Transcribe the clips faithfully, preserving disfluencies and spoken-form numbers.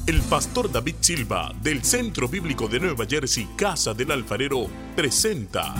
El pastor David Silva, del Centro Bíblico de Nueva Jersey, Casa del Alfarero, presenta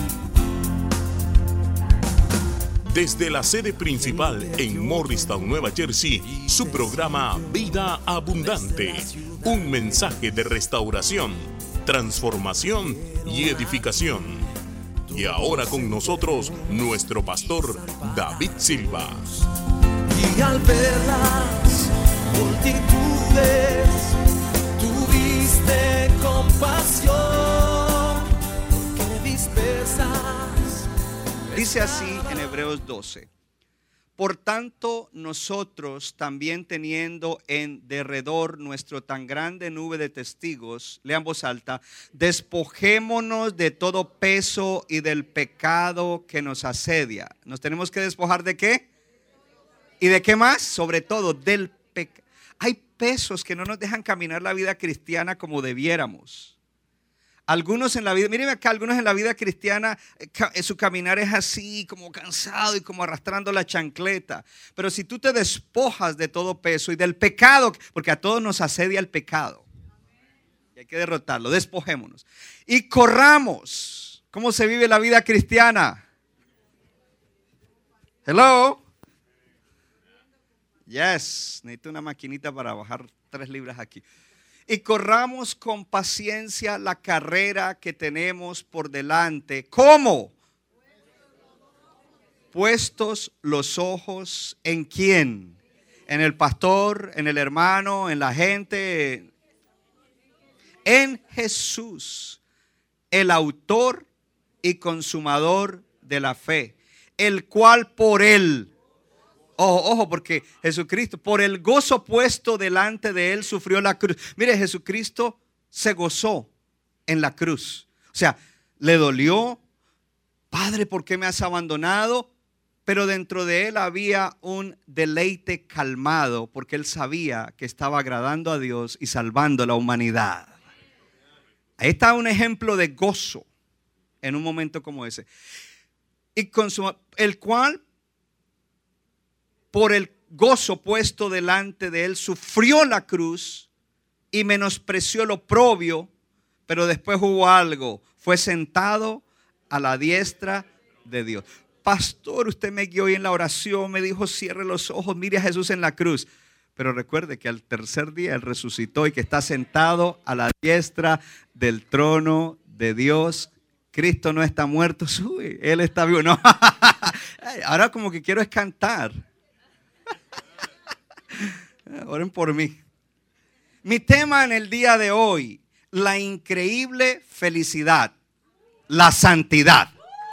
desde la sede principal en Morristown, Nueva Jersey, su programa Vida Abundante. Un mensaje de restauración, transformación y edificación. Y ahora con nosotros, nuestro pastor David Silva. Y al verlas multitudes, tuviste compasión, porque dispersas. Dice así en Hebreos doce: por tanto, nosotros también teniendo en derredor nuestro tan grande nube de testigos, lea en voz alta, despojémonos de todo peso y del pecado que nos asedia. ¿Nos tenemos que despojar de qué? ¿Y de qué más? Sobre todo del pecado. Hay pesos que no nos dejan caminar la vida cristiana como debiéramos. Algunos en la vida, mírenme acá, algunos en la vida cristiana, su caminar es así, como cansado y como arrastrando la chancleta. Pero si tú te despojas de todo peso y del pecado, porque a todos nos asedia el pecado, y hay que derrotarlo, despojémonos. Y corramos. ¿Cómo se vive la vida cristiana? Hello. Yes, necesito una maquinita para bajar tres libras aquí. Y corramos con paciencia la carrera que tenemos por delante. ¿Cómo? Puestos los ojos ¿en quién? En el pastor, en el hermano, en la gente. En Jesús, el autor y consumador de la fe, el cual por él. Ojo, ojo, porque Jesucristo, por el gozo puesto delante de él, sufrió la cruz. Mire, Jesucristo se gozó en la cruz. O sea, le dolió. Padre, ¿por qué me has abandonado? Pero dentro de él había un deleite calmado, porque él sabía que estaba agradando a Dios y salvando a la humanidad. Ahí está un ejemplo de gozo en un momento como ese. Y con su, el cual, por el gozo puesto delante de él, sufrió la cruz y menospreció lo oprobio, pero después hubo algo, fue sentado a la diestra de Dios. Pastor, usted me guió hoy en la oración, me dijo cierre los ojos, mire a Jesús en la cruz. Pero recuerde que al tercer día él resucitó y que está sentado a la diestra del trono de Dios. Cristo no está muerto, sube, él está vivo. No. Ahora como que quiero es cantar. Oren por mí. Mi tema en el día de hoy, la increíble felicidad, la santidad.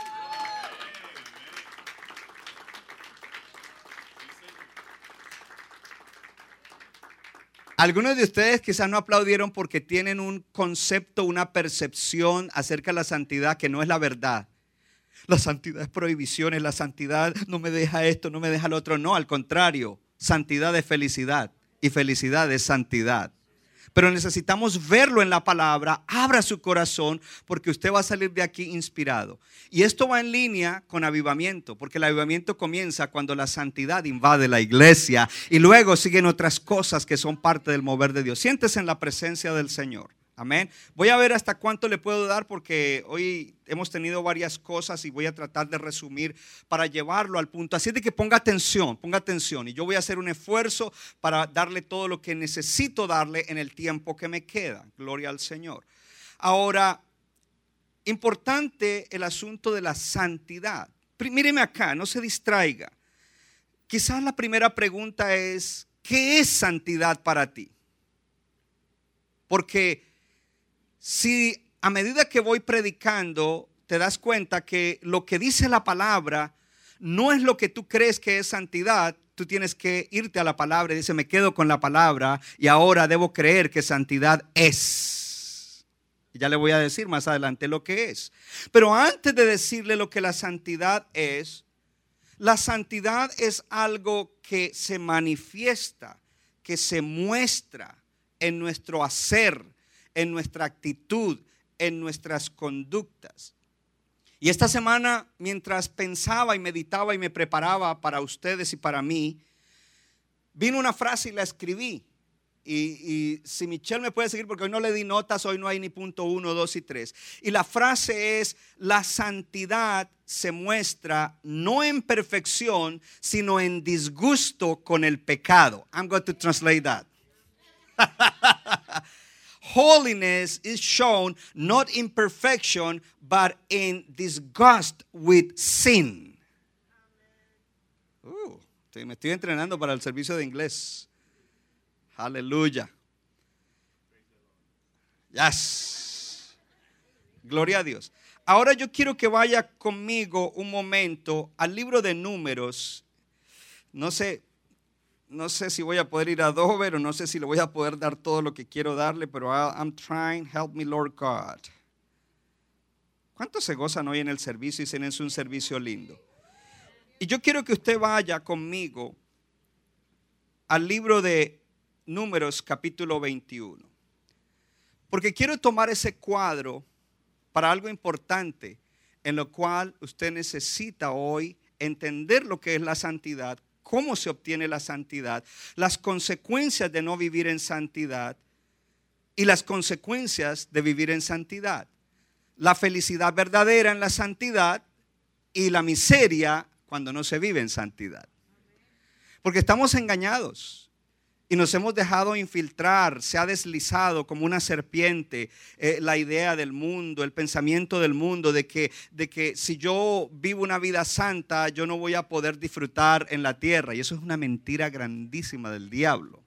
Algunos de ustedes quizás no aplaudieron porque tienen un concepto, una percepción acerca de la santidad que no es la verdad. La santidad es prohibiciones, la santidad no me deja esto, no me deja lo otro. No, al contrario, santidad es felicidad y felicidad es santidad. Pero necesitamos verlo en la palabra. Abra su corazón porque usted va a salir de aquí inspirado. Y esto va en línea con avivamiento, porque el avivamiento comienza cuando la santidad invade la iglesia y luego siguen otras cosas que son parte del mover de Dios. Siéntese en la presencia del Señor. Amén. Voy a ver hasta cuánto le puedo dar porque hoy hemos tenido varias cosas y voy a tratar de resumir para llevarlo al punto. Así de que ponga atención, ponga atención. Y yo voy a hacer un esfuerzo para darle todo lo que necesito darle en el tiempo que me queda. Gloria al Señor. Ahora, importante el asunto de la santidad. Míreme acá, no se distraiga. Quizás la primera pregunta es, ¿qué es santidad para ti? Porque si a medida que voy predicando te das cuenta que lo que dice la palabra no es lo que tú crees que es santidad, tú tienes que irte a la palabra y dice, me quedo con la palabra y ahora debo creer que santidad es. Y ya le voy a decir más adelante lo que es. Pero antes de decirle lo que la santidad es, la santidad es algo que se manifiesta, que se muestra en nuestro hacer, en nuestra actitud, en nuestras conductas. Y esta semana, mientras pensaba y meditaba y me preparaba para ustedes y para mí, vino una frase y la escribí. Y, y si Michelle me puede seguir, porque hoy no le di notas, hoy no hay ni punto uno, dos y tres. Y la frase es: la santidad se muestra no en perfección, sino en disgusto con el pecado. I'm going to translate that. Holiness is shown not in perfection, but in disgust with sin. Uh, me estoy entrenando para el servicio de inglés. Aleluya. Yes. Gloria a Dios. Ahora yo quiero que vaya conmigo un momento al libro de Números. No sé, no sé si voy a poder ir a Dover o no sé si le voy a poder dar todo lo que quiero darle, pero I'm trying. Help me, Lord God. ¿Cuántos se gozan hoy en el servicio y dicen es un servicio lindo? Y yo quiero que usted vaya conmigo al libro de Números capítulo veintiuno, porque quiero tomar ese cuadro para algo importante en lo cual usted necesita hoy entender lo que es la santidad, cómo se obtiene la santidad, las consecuencias de no vivir en santidad y las consecuencias de vivir en santidad, la felicidad verdadera en la santidad y la miseria cuando no se vive en santidad, porque estamos engañados. Y nos hemos dejado infiltrar, se ha deslizado como una serpiente eh, la idea del mundo, el pensamiento del mundo de que, de que si yo vivo una vida santa, yo no voy a poder disfrutar en la tierra. Y eso es una mentira grandísima del diablo.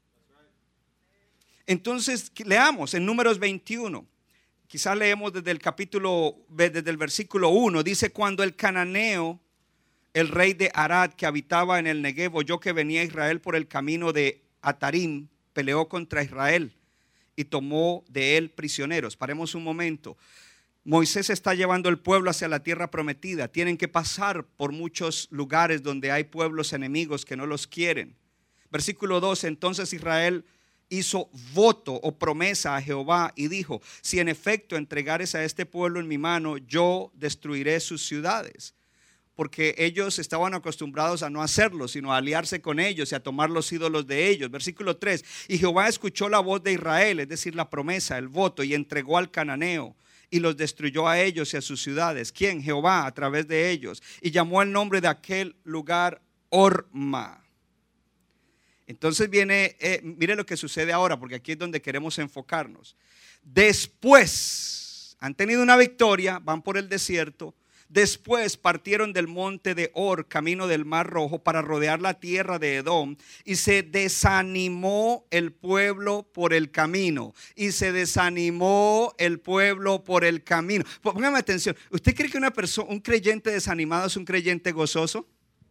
Entonces, leamos en Números veintiuno. Quizás leemos desde el capítulo, desde el versículo uno. Dice: cuando el cananeo, el rey de Arad, que habitaba en el Negev, oyó que venía Israel por el camino de Atarim, peleó contra Israel y tomó de él prisioneros. Paremos un momento. Moisés está llevando el pueblo hacia la tierra prometida. Tienen que pasar por muchos lugares donde hay pueblos enemigos que no los quieren. Versículo dos: entonces Israel hizo voto o promesa a Jehová y dijo: si en efecto entregares a este pueblo en mi mano, yo destruiré sus ciudades. Porque ellos estaban acostumbrados a no hacerlo, sino a aliarse con ellos y a tomar los ídolos de ellos. Versículo tres: y Jehová escuchó la voz de Israel, es decir, la promesa, el voto, y entregó al cananeo y los destruyó a ellos y a sus ciudades. ¿Quién? Jehová, a través de ellos. Y llamó el nombre de aquel lugar Horma. Entonces viene, eh, mire lo que sucede ahora, porque aquí es donde queremos enfocarnos. Después, han tenido una victoria, van por el desierto. Después partieron del monte de Or, camino del Mar Rojo, para rodear la tierra de Edom, y se desanimó el pueblo por el camino. Y se desanimó el pueblo por el camino. Póngame atención. ¿Usted cree que una persona, un creyente desanimado es un creyente gozoso?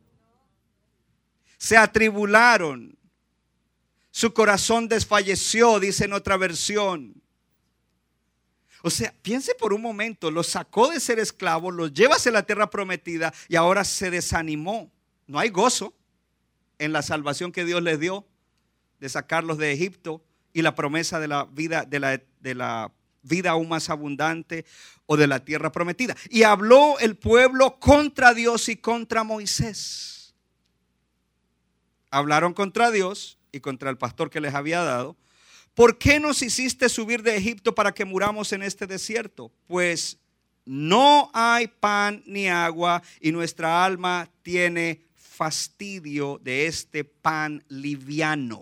Se atribularon. Su corazón desfalleció, dice en otra versión. O sea, piense por un momento, los sacó de ser esclavos, los lleva hacia la tierra prometida y ahora se desanimó. No hay gozo en la salvación que Dios les dio de sacarlos de Egipto y la promesa de la vida, de la, de la vida aún más abundante o de la tierra prometida. Y habló el pueblo contra Dios y contra Moisés. Hablaron contra Dios y contra el pastor que les había dado. ¿Por qué nos hiciste subir de Egipto para que muramos en este desierto? Pues no hay pan ni agua y nuestra alma tiene fastidio de este pan liviano.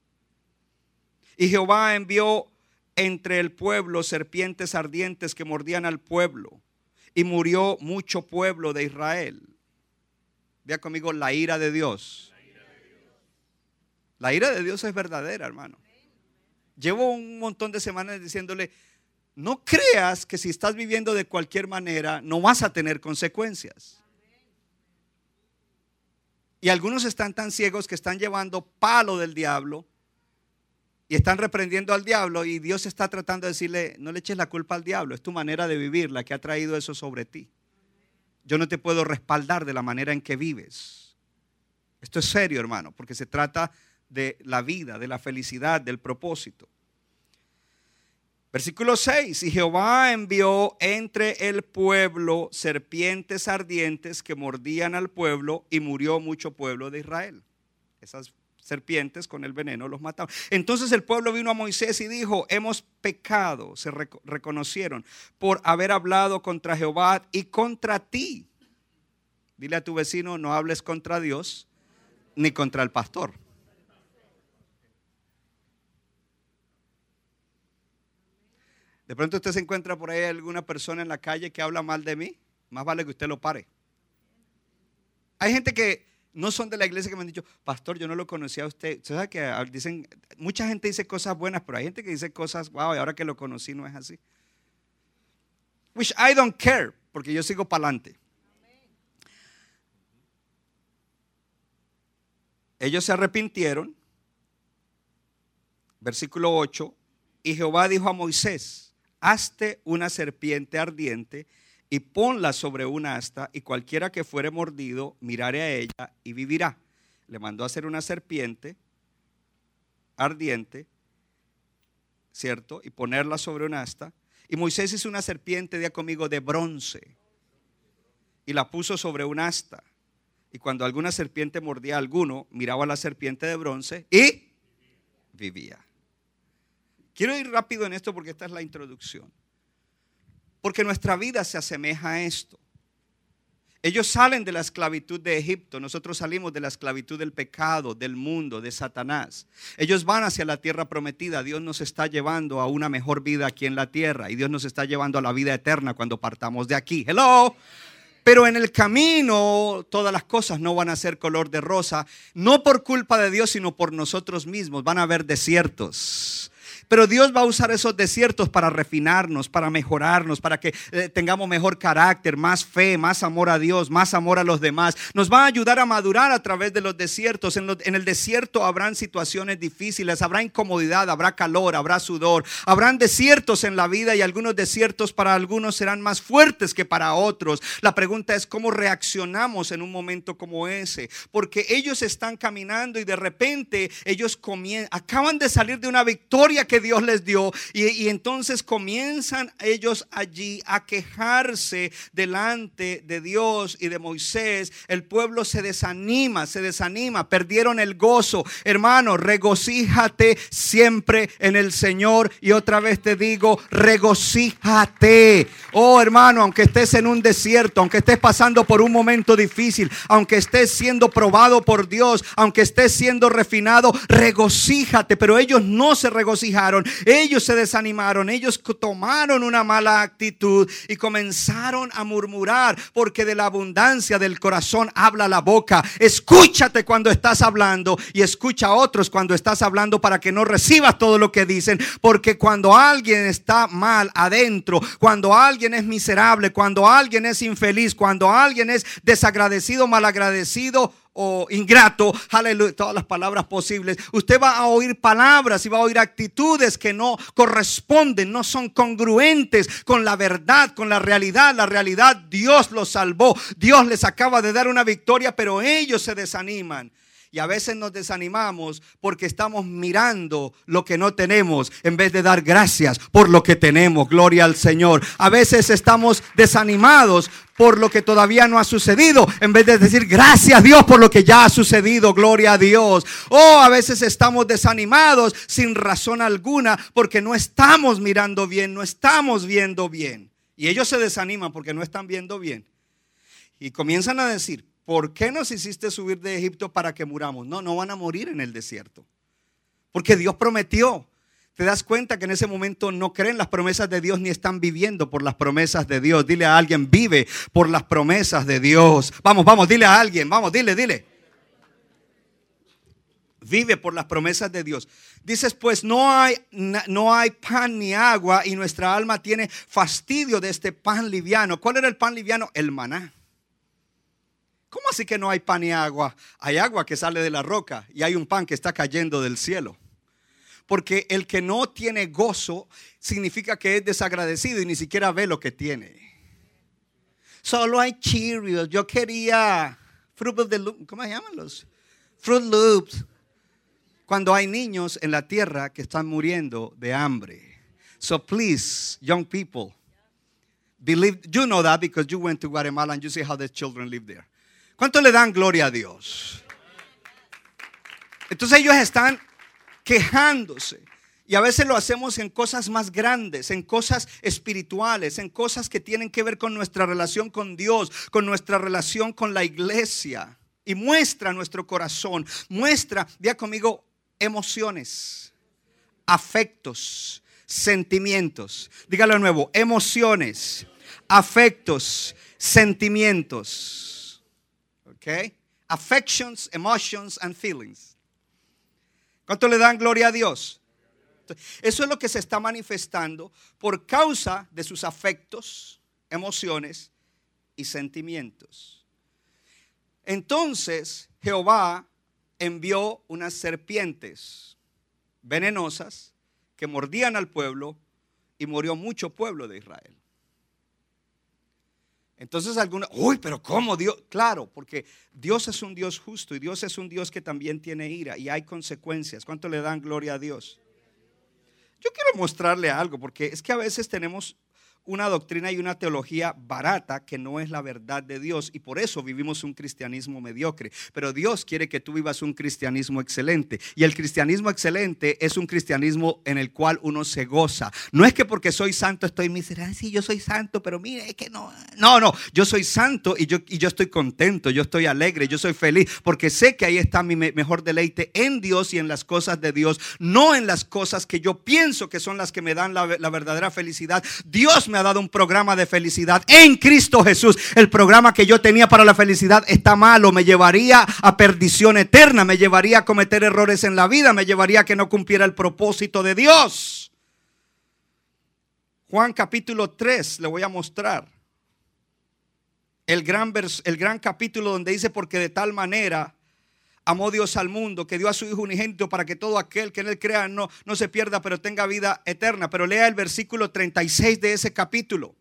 Y Jehová envió entre el pueblo serpientes ardientes que mordían al pueblo y murió mucho pueblo de Israel. Vea conmigo la ira de Dios. La ira de Dios es verdadera, hermano. Llevo un montón de semanas diciéndole: no creas que si estás viviendo de cualquier manera no vas a tener consecuencias. Y algunos están tan ciegos que están llevando palo del diablo y están reprendiendo al diablo, y Dios está tratando de decirle: no le eches la culpa al diablo, es tu manera de vivir la que ha traído eso sobre ti. Yo no te puedo respaldar de la manera en que vives. Esto es serio, hermano, porque se trata de la vida, de la felicidad, del propósito. Versículo seis: y Jehová envió entre el pueblo serpientes ardientes que mordían al pueblo y murió mucho pueblo de Israel. Esas serpientes con el veneno los mataban. Entonces el pueblo vino a Moisés y dijo: hemos pecado, se rec- reconocieron, por haber hablado contra Jehová y contra ti. Dile a tu vecino: no hables contra Dios ni contra el pastor. De pronto usted se encuentra por ahí alguna persona en la calle que habla mal de mí, más vale que usted lo pare. Hay gente que no son de la iglesia que me han dicho: pastor, yo no lo conocía a usted. ¿Usted sabe que dicen, mucha gente dice cosas buenas, pero hay gente que dice cosas, wow, y ahora que lo conocí no es así? Which I don't care, porque yo sigo para adelante. Ellos se arrepintieron. Versículo ocho. Y Jehová dijo a Moisés: hazte una serpiente ardiente y ponla sobre un asta, y cualquiera que fuere mordido miraré a ella y vivirá. Le mandó a hacer una serpiente ardiente, ¿cierto? Y ponerla sobre un asta. Y Moisés hizo una serpiente, diga conmigo, de bronce, y la puso sobre un asta. Y cuando alguna serpiente mordía a alguno, miraba a la serpiente de bronce y vivía. Quiero ir rápido en esto porque esta es la introducción. Porque nuestra vida se asemeja a esto. Ellos salen de la esclavitud de Egipto, nosotros salimos de la esclavitud del pecado, del mundo, de Satanás. Ellos van hacia la tierra prometida. Dios nos está llevando a una mejor vida aquí en la tierra, y Dios nos está llevando a la vida eterna cuando partamos de aquí. Hello. Pero en el camino todas las cosas no van a ser color de rosa, no por culpa de Dios, sino por nosotros mismos. Van a haber desiertos. Pero Dios va a usar esos desiertos para refinarnos, para mejorarnos, para que eh, tengamos mejor carácter, más fe, más amor a Dios, más amor a los demás. Nos va a ayudar a madurar a través de los desiertos. En, lo, en el desierto habrán situaciones difíciles, habrá incomodidad, habrá calor, habrá sudor. Habrán desiertos en la vida, y algunos desiertos para algunos serán más fuertes que para otros. La pregunta es: ¿cómo reaccionamos en un momento como ese? Porque ellos están caminando y de repente ellos comien- acaban de salir de una victoria que Dios les dio, y, y entonces comienzan ellos allí a quejarse delante de Dios y de Moisés. El pueblo se desanima, se desanima, perdieron el gozo. Hermano, regocíjate siempre en el Señor, y otra vez te digo, regocíjate. Oh hermano, aunque estés en un desierto, aunque estés pasando por un momento difícil, aunque estés siendo probado por Dios, aunque estés siendo refinado, regocíjate. Pero ellos no se regocijaron. Ellos se desanimaron, ellos tomaron una mala actitud y comenzaron a murmurar, porque de la abundancia del corazón habla la boca. Escúchate cuando estás hablando, y escucha a otros cuando estás hablando, para que no recibas todo lo que dicen. Porque cuando alguien está mal adentro, cuando alguien es miserable, cuando alguien es infeliz, cuando alguien es desagradecido, malagradecido o ingrato, aleluya, todas las palabras posibles, usted va a oír palabras y va a oír actitudes que no corresponden, no son congruentes con la verdad, con la realidad. La realidad: Dios los salvó, Dios les acaba de dar una victoria, pero ellos se desaniman. Y a veces nos desanimamos porque estamos mirando lo que no tenemos, en vez de dar gracias por lo que tenemos. Gloria al Señor. A veces estamos desanimados por lo que todavía no ha sucedido, en vez de decir gracias Dios por lo que ya ha sucedido. Gloria a Dios. O a veces estamos desanimados sin razón alguna, porque no estamos mirando bien, no estamos viendo bien. Y ellos se desaniman porque no están viendo bien. Y comienzan a decir: ¿por qué nos hiciste subir de Egipto para que muramos? No, no van a morir en el desierto, porque Dios prometió. Te das cuenta que en ese momento no creen las promesas de Dios, ni están viviendo por las promesas de Dios. Dile a alguien: vive por las promesas de Dios. Vamos, vamos, dile a alguien, vamos, dile, dile. Vive por las promesas de Dios. Dices: pues no hay, no hay pan ni agua, y nuestra alma tiene fastidio de este pan liviano. ¿Cuál era el pan liviano? El maná. ¿Cómo así que no hay pan ni agua? Hay agua que sale de la roca, y hay un pan que está cayendo del cielo. Porque el que no tiene gozo significa que es desagradecido y ni siquiera ve lo que tiene. Solo hay Cheerios. Yo quería Fruit of the Loop. ¿Cómo se llaman los? Fruit Loops. Cuando hay niños en la tierra que están muriendo de hambre. So please, young people, believe. You know that because you went to Guatemala and you see how the children live there. ¿Cuánto le dan gloria a Dios? Entonces ellos están quejándose. Y a veces lo hacemos en cosas más grandes, en cosas espirituales, en cosas que tienen que ver con nuestra relación con Dios, con nuestra relación con la iglesia. Y muestra nuestro corazón, muestra, diga conmigo, emociones, afectos, sentimientos. Dígalo de nuevo, emociones, afectos, sentimientos. ¿Ok? Affections, emotions and feelings. ¿Cuánto le dan gloria a Dios? Eso es lo que se está manifestando por causa de sus afectos, emociones y sentimientos. Entonces Jehová envió unas serpientes venenosas que mordían al pueblo y murió mucho pueblo de Israel. Entonces algunos, uy, pero ¿cómo Dios? Claro, porque Dios es un Dios justo y Dios es un Dios que también tiene ira y hay consecuencias. ¿Cuánto le dan gloria a Dios? Yo quiero mostrarle algo, porque es que a veces tenemos una doctrina y una teología barata que no es la verdad de Dios, y por eso vivimos un cristianismo mediocre. Pero Dios quiere que tú vivas un cristianismo excelente, y el cristianismo excelente es un cristianismo en el cual uno se goza. No es que porque soy santo estoy miserable, sí, yo soy santo, pero mire, es que no. No, no, yo soy santo y yo, y yo estoy contento, yo estoy alegre, yo soy feliz, porque sé que ahí está mi me- mejor deleite en Dios y en las cosas de Dios, no en las cosas que yo pienso que son las que me dan la, la verdadera felicidad. Dios me ha dado un programa de felicidad en Cristo Jesús. El programa que yo tenía para la felicidad está malo, me llevaría a perdición eterna, me llevaría a cometer errores en la vida, me llevaría a que no cumpliera el propósito de Dios. Juan capítulo tres, le voy a mostrar el gran, vers- el gran capítulo donde dice: porque de tal manera amó Dios al mundo, que dio a su Hijo unigénito, para que todo aquel que en él crea no, no se pierda, pero tenga vida eterna. Pero lea el versículo treinta y seis de ese capítulo.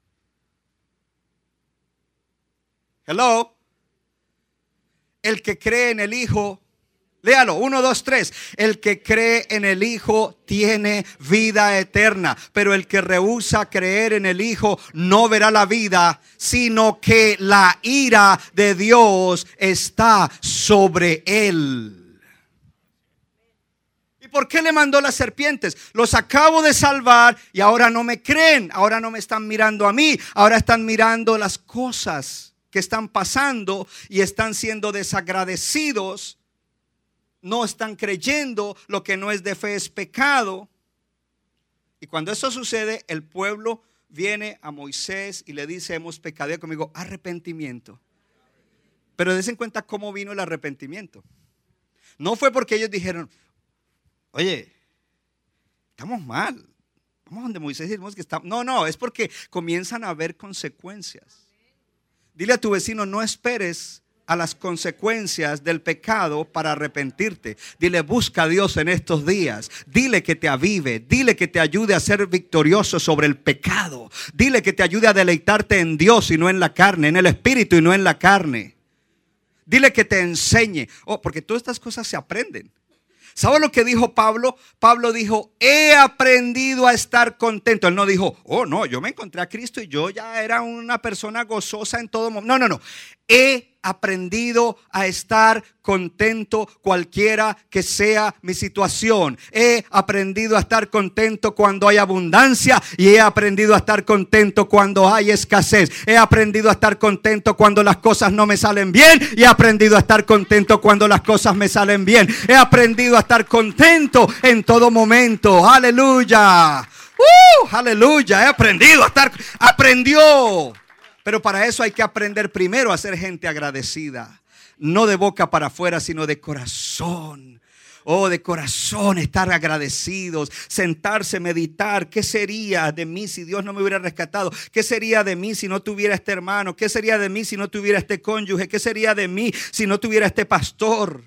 Hello. El que cree en el Hijo, léalo, uno, dos, tres. El que cree en el Hijo tiene vida eterna, pero el que rehúsa creer en el Hijo no verá la vida, sino que la ira de Dios está sobre él. ¿Y por qué le mandó las serpientes? Los acabo de salvar y ahora no me creen, ahora no me están mirando a mí, ahora están mirando las cosas que están pasando y están siendo desagradecidos. No están creyendo, lo que no es de fe es pecado. Y cuando eso sucede, el pueblo viene a Moisés y le dice: hemos pecado. Y conmigo, arrepentimiento. Pero des en cuenta cómo vino el arrepentimiento. No fue porque ellos dijeron: oye, estamos mal, vamos donde Moisés y decimos que estamos. No, no, es porque comienzan a haber consecuencias. Dile a tu vecino: no esperes a las consecuencias del pecado para arrepentirte. Dile: busca a Dios en estos días. Dile que te avive. Dile que te ayude a ser victorioso sobre el pecado. Dile que te ayude a deleitarte en Dios y no en la carne, en el espíritu y no en la carne. Dile que te enseñe. Oh, porque todas estas cosas se aprenden. ¿Sabe lo que dijo Pablo? Pablo dijo: he aprendido a estar contento. Él no dijo: oh no, yo me encontré a Cristo y yo ya era una persona gozosa en todo momento. No, no, no. He aprendido a estar contento cualquiera que sea mi situación. He aprendido a estar contento cuando hay abundancia y he aprendido a estar contento cuando hay escasez. He aprendido a estar contento cuando las cosas no me salen bien y he aprendido a estar contento cuando las cosas me salen bien. He aprendido a estar contento en todo momento. Aleluya. Uh, aleluya. He aprendido a estar, aprendió. Pero para eso hay que aprender primero a ser gente agradecida. No de boca para afuera, sino de corazón. Oh, de corazón, estar agradecidos. Sentarse, meditar. ¿Qué sería de mí si Dios no me hubiera rescatado? ¿Qué sería de mí si no tuviera este hermano? ¿Qué sería de mí si no tuviera este cónyuge? ¿Qué sería de mí si no tuviera este pastor?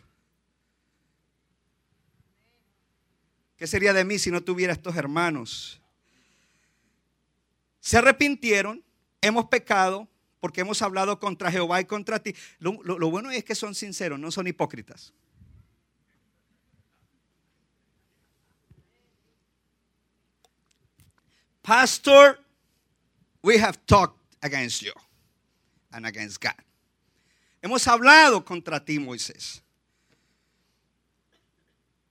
¿Qué sería de mí si no tuviera estos hermanos? Se arrepintieron. Hemos pecado porque hemos hablado contra Jehová y contra ti. Lo, lo, lo bueno es que son sinceros, no son hipócritas. Pastor, we have talked against you and against God. Hemos hablado contra ti, Moisés.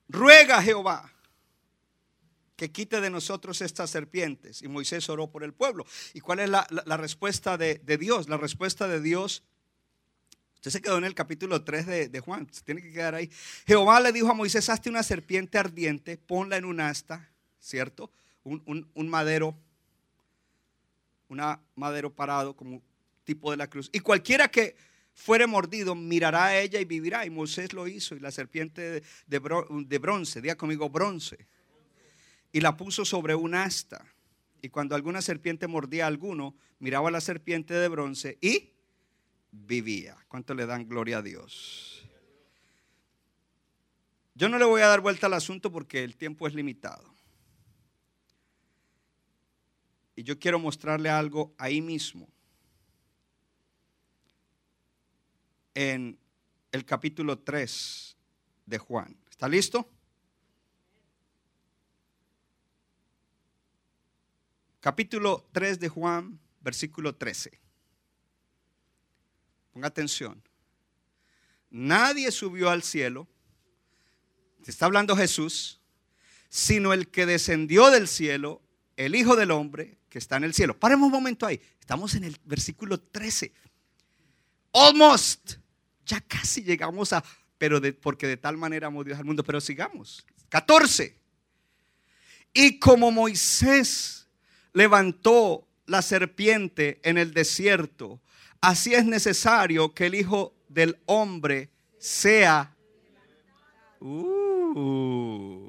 ruega a Jehová que quite de nosotros estas serpientes. Y Moisés oró por el pueblo. ¿Y cuál es la, la, la respuesta de, de Dios? La respuesta de Dios, usted se quedó en el capítulo tres de, de Juan, se tiene que quedar ahí. Jehová le dijo a Moisés: hazte una serpiente ardiente, ponla en un asta, ¿cierto? Un, un, un madero, un madero parado como tipo de la cruz. Y cualquiera que fuere mordido mirará a ella y vivirá. Y Moisés lo hizo. Y la serpiente de, de, bro, de bronce, diga conmigo bronce, y la puso sobre un asta. Y cuando alguna serpiente mordía a alguno, miraba a la serpiente de bronce y vivía. ¿Cuánto le dan gloria a Dios? Yo no le voy a dar vuelta al asunto porque el tiempo es limitado. Y yo quiero mostrarle algo ahí mismo, en el capítulo tres de Juan. ¿Está listo? Capítulo tres de Juan, versículo trece. Ponga atención. Nadie subió al cielo, se está hablando Jesús, sino el que descendió del cielo, el Hijo del Hombre que está en el cielo. Paremos un momento ahí. Estamos en el versículo trece. Almost. Ya casi llegamos a, pero de, porque de tal manera amó Dios al mundo. Pero sigamos. catorce. Y como Moisés levantó la serpiente en el desierto, así es necesario que el Hijo del Hombre sea. Uh.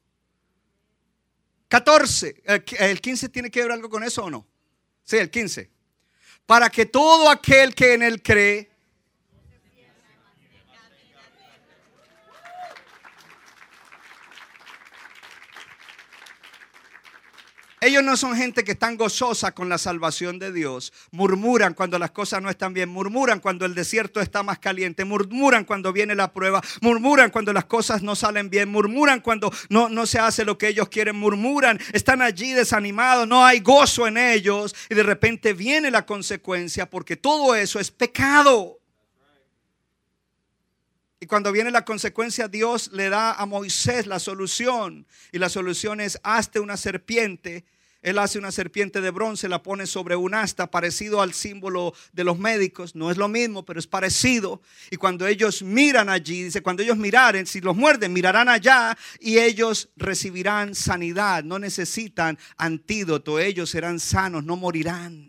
catorce. ¿El quince tiene que ver algo con eso o no? Sí, el quince. Para que todo aquel que en él cree Ellos no son gente que están gozosa con la salvación de Dios. Murmuran cuando las cosas no están bien. Murmuran cuando el desierto está más caliente. Murmuran cuando viene la prueba. Murmuran cuando las cosas no salen bien. Murmuran cuando no, no se hace lo que ellos quieren. Murmuran, están allí desanimados. No hay gozo en ellos. Y de repente viene la consecuencia, porque todo eso es pecado. Y cuando viene la consecuencia, Dios le da a Moisés la solución. Y la solución es: hazte una serpiente. Él hace una serpiente de bronce, la pone sobre un asta, parecido al símbolo de los médicos. No es lo mismo, pero es parecido. Y cuando ellos miran allí, dice, cuando ellos miraren, si los muerden, mirarán allá y ellos recibirán sanidad. No necesitan antídoto, ellos serán sanos, no morirán.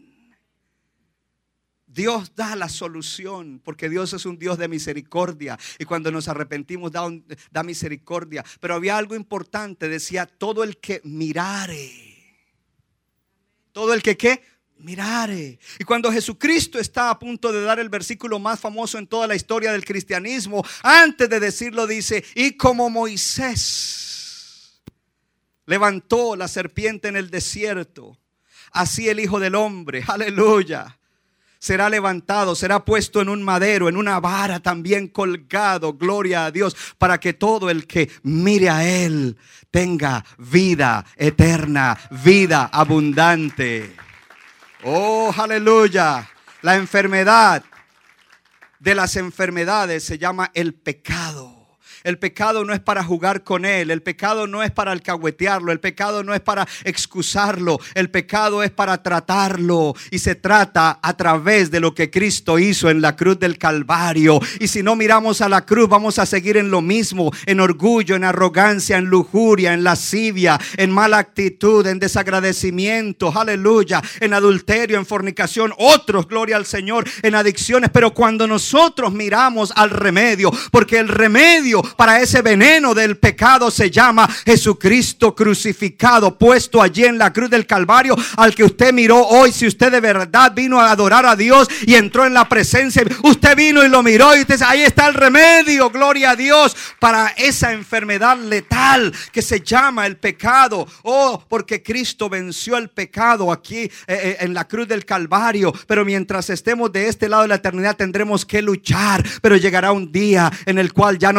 Dios da la solución, porque Dios es un Dios de misericordia, y cuando nos arrepentimos da, un, da misericordia. Pero había algo importante, decía: todo el que mirare. Todo el que ¿qué? Mirare. Y cuando Jesucristo está a punto de dar el versículo más famoso en toda la historia del cristianismo, antes de decirlo dice: y como Moisés levantó la serpiente en el desierto, así el Hijo del Hombre, aleluya, será levantado, será puesto en un madero, en una vara también colgado, gloria a Dios, para que todo el que mire a Él tenga vida eterna, vida abundante. Oh, aleluya. La enfermedad de las enfermedades se llama el pecado. El pecado no es para jugar con él. El pecado no es para alcahuetearlo. El pecado no es para excusarlo. El pecado es para tratarlo. Y se trata a través de lo que Cristo hizo en la cruz del Calvario. Y si no miramos a la cruz, vamos a seguir en lo mismo. En orgullo, en arrogancia, en lujuria, en lascivia, en mala actitud, en desagradecimiento. Aleluya. En adulterio, en fornicación. Otros, gloria al Señor, en adicciones. Pero cuando nosotros miramos al remedio, porque el remedio para ese veneno del pecado se llama Jesucristo crucificado, puesto allí en la cruz del Calvario, al que usted miró hoy. Si usted de verdad vino a adorar a Dios y entró en la presencia, usted vino y lo miró y usted dice: ahí está el remedio, gloria a Dios, para esa enfermedad letal que se llama el pecado. Oh, porque Cristo venció el pecado aquí eh, en la cruz del Calvario. Pero mientras estemos de este lado de la eternidad tendremos que luchar. Pero llegará un día en el cual ya no tendremos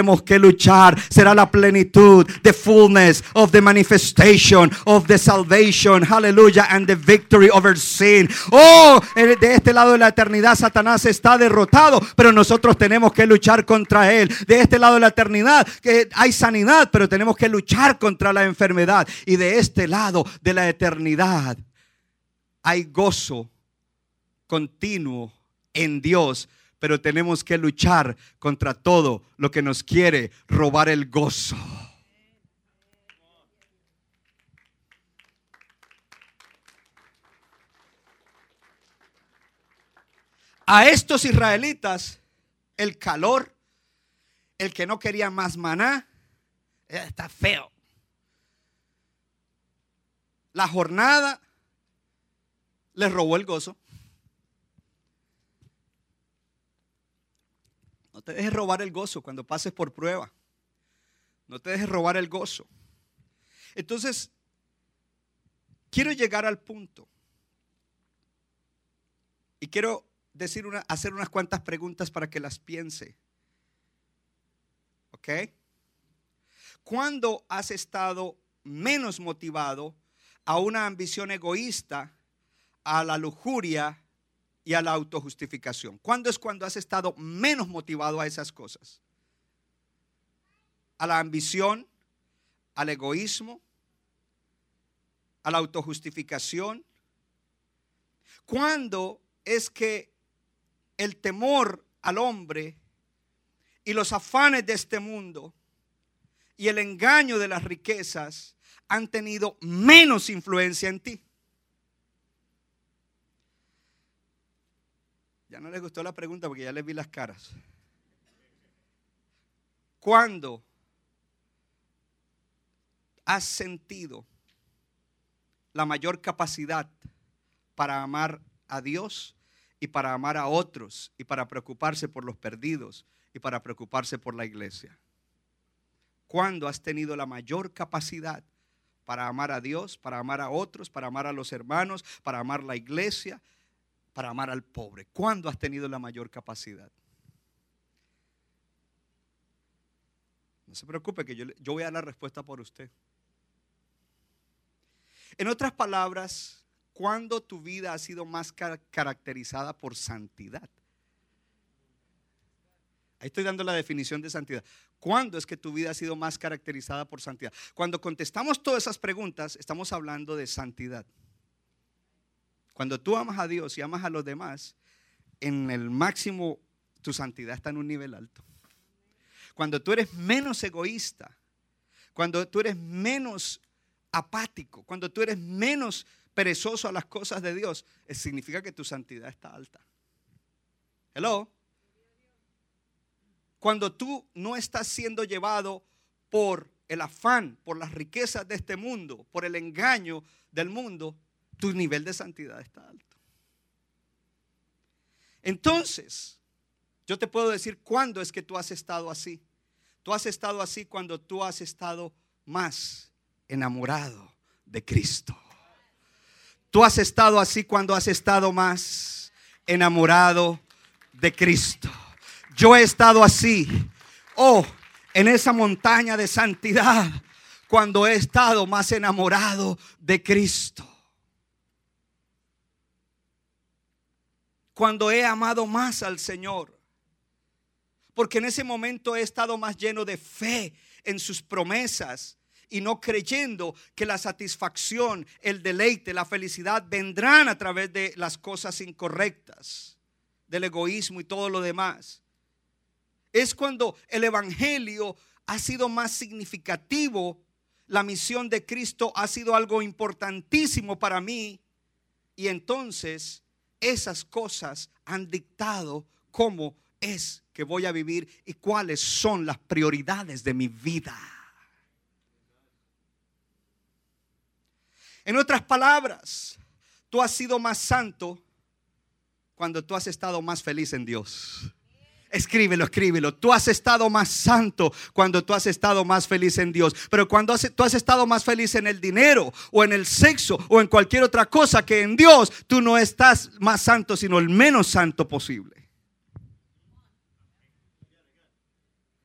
tenemos que luchar. Será la plenitud, the fullness of the manifestation of the salvation, hallelujah, and the victory over sin. Oh, de este lado de la eternidad Satanás está derrotado, pero nosotros tenemos que luchar contra él. De este lado de la eternidad que hay sanidad, pero tenemos que luchar contra la enfermedad. Y de este lado de la eternidad hay gozo continuo en Dios, pero tenemos que luchar contra todo lo que nos quiere robar el gozo. A estos israelitas, el calor, el que no quería más maná, está feo. La jornada les robó el gozo. No te dejes robar el gozo cuando pases por prueba. No te dejes robar el gozo. Entonces, quiero llegar al punto. Y quiero decir una, hacer unas cuantas preguntas para que las piense. ¿Ok? ¿Cuándo has estado menos motivado a una ambición egoísta, a la lujuria y a la autojustificación? ¿Cuándo es cuando has estado menos motivado a esas cosas? A la ambición, al egoísmo, a la autojustificación. ¿Cuándo es que el temor al hombre y los afanes de este mundo y el engaño de las riquezas han tenido menos influencia en ti? Ya no les gustó la pregunta porque ya les vi las caras. ¿Cuándo has sentido la mayor capacidad para amar a Dios y para amar a otros y para preocuparse por los perdidos y para preocuparse por la iglesia? ¿Cuándo has tenido la mayor capacidad para amar a Dios, para amar a otros, para amar a los hermanos, para amar la iglesia, para amar al pobre? ¿Cuándo has tenido la mayor capacidad? No se preocupe que yo, yo voy a dar la respuesta por usted. En otras palabras, ¿cuándo tu vida ha sido más car- caracterizada por santidad? Ahí estoy dando la definición de santidad. ¿Cuándo es que tu vida ha sido más caracterizada por santidad? Cuando contestamos todas esas preguntas, estamos hablando de santidad. Cuando tú amas a Dios y amas a los demás, en el máximo tu santidad está en un nivel alto. Cuando tú eres menos egoísta, cuando tú eres menos apático, cuando tú eres menos perezoso a las cosas de Dios, significa que tu santidad está alta. Hello. Cuando tú no estás siendo llevado por el afán, por las riquezas de este mundo, por el engaño del mundo, tu nivel de santidad está alto. Entonces, yo te puedo decir cuándo es que tú has estado así. Tú has estado así cuando tú has estado más enamorado de Cristo. Tú has estado así cuando has estado más enamorado de Cristo. Yo he estado así, oh, en esa montaña de santidad, cuando he estado más enamorado de Cristo. Cuando he amado más al Señor. Porque en ese momento he estado más lleno de fe en sus promesas y no creyendo que la satisfacción, el deleite, la felicidad vendrán a través de las cosas incorrectas, del egoísmo y todo lo demás. Es cuando el evangelio ha sido más significativo, la misión de Cristo ha sido algo importantísimo para mí, y entonces esas cosas han dictado cómo es que voy a vivir y cuáles son las prioridades de mi vida. En otras palabras, tú has sido más santo cuando tú has estado más feliz en Dios. Escríbelo, escríbelo. Tú has estado más santo cuando tú has estado más feliz en Dios. Pero cuando has, tú has estado más feliz en el dinero o en el sexo o en cualquier otra cosa que en Dios, tú no estás más santo, sino el menos santo posible.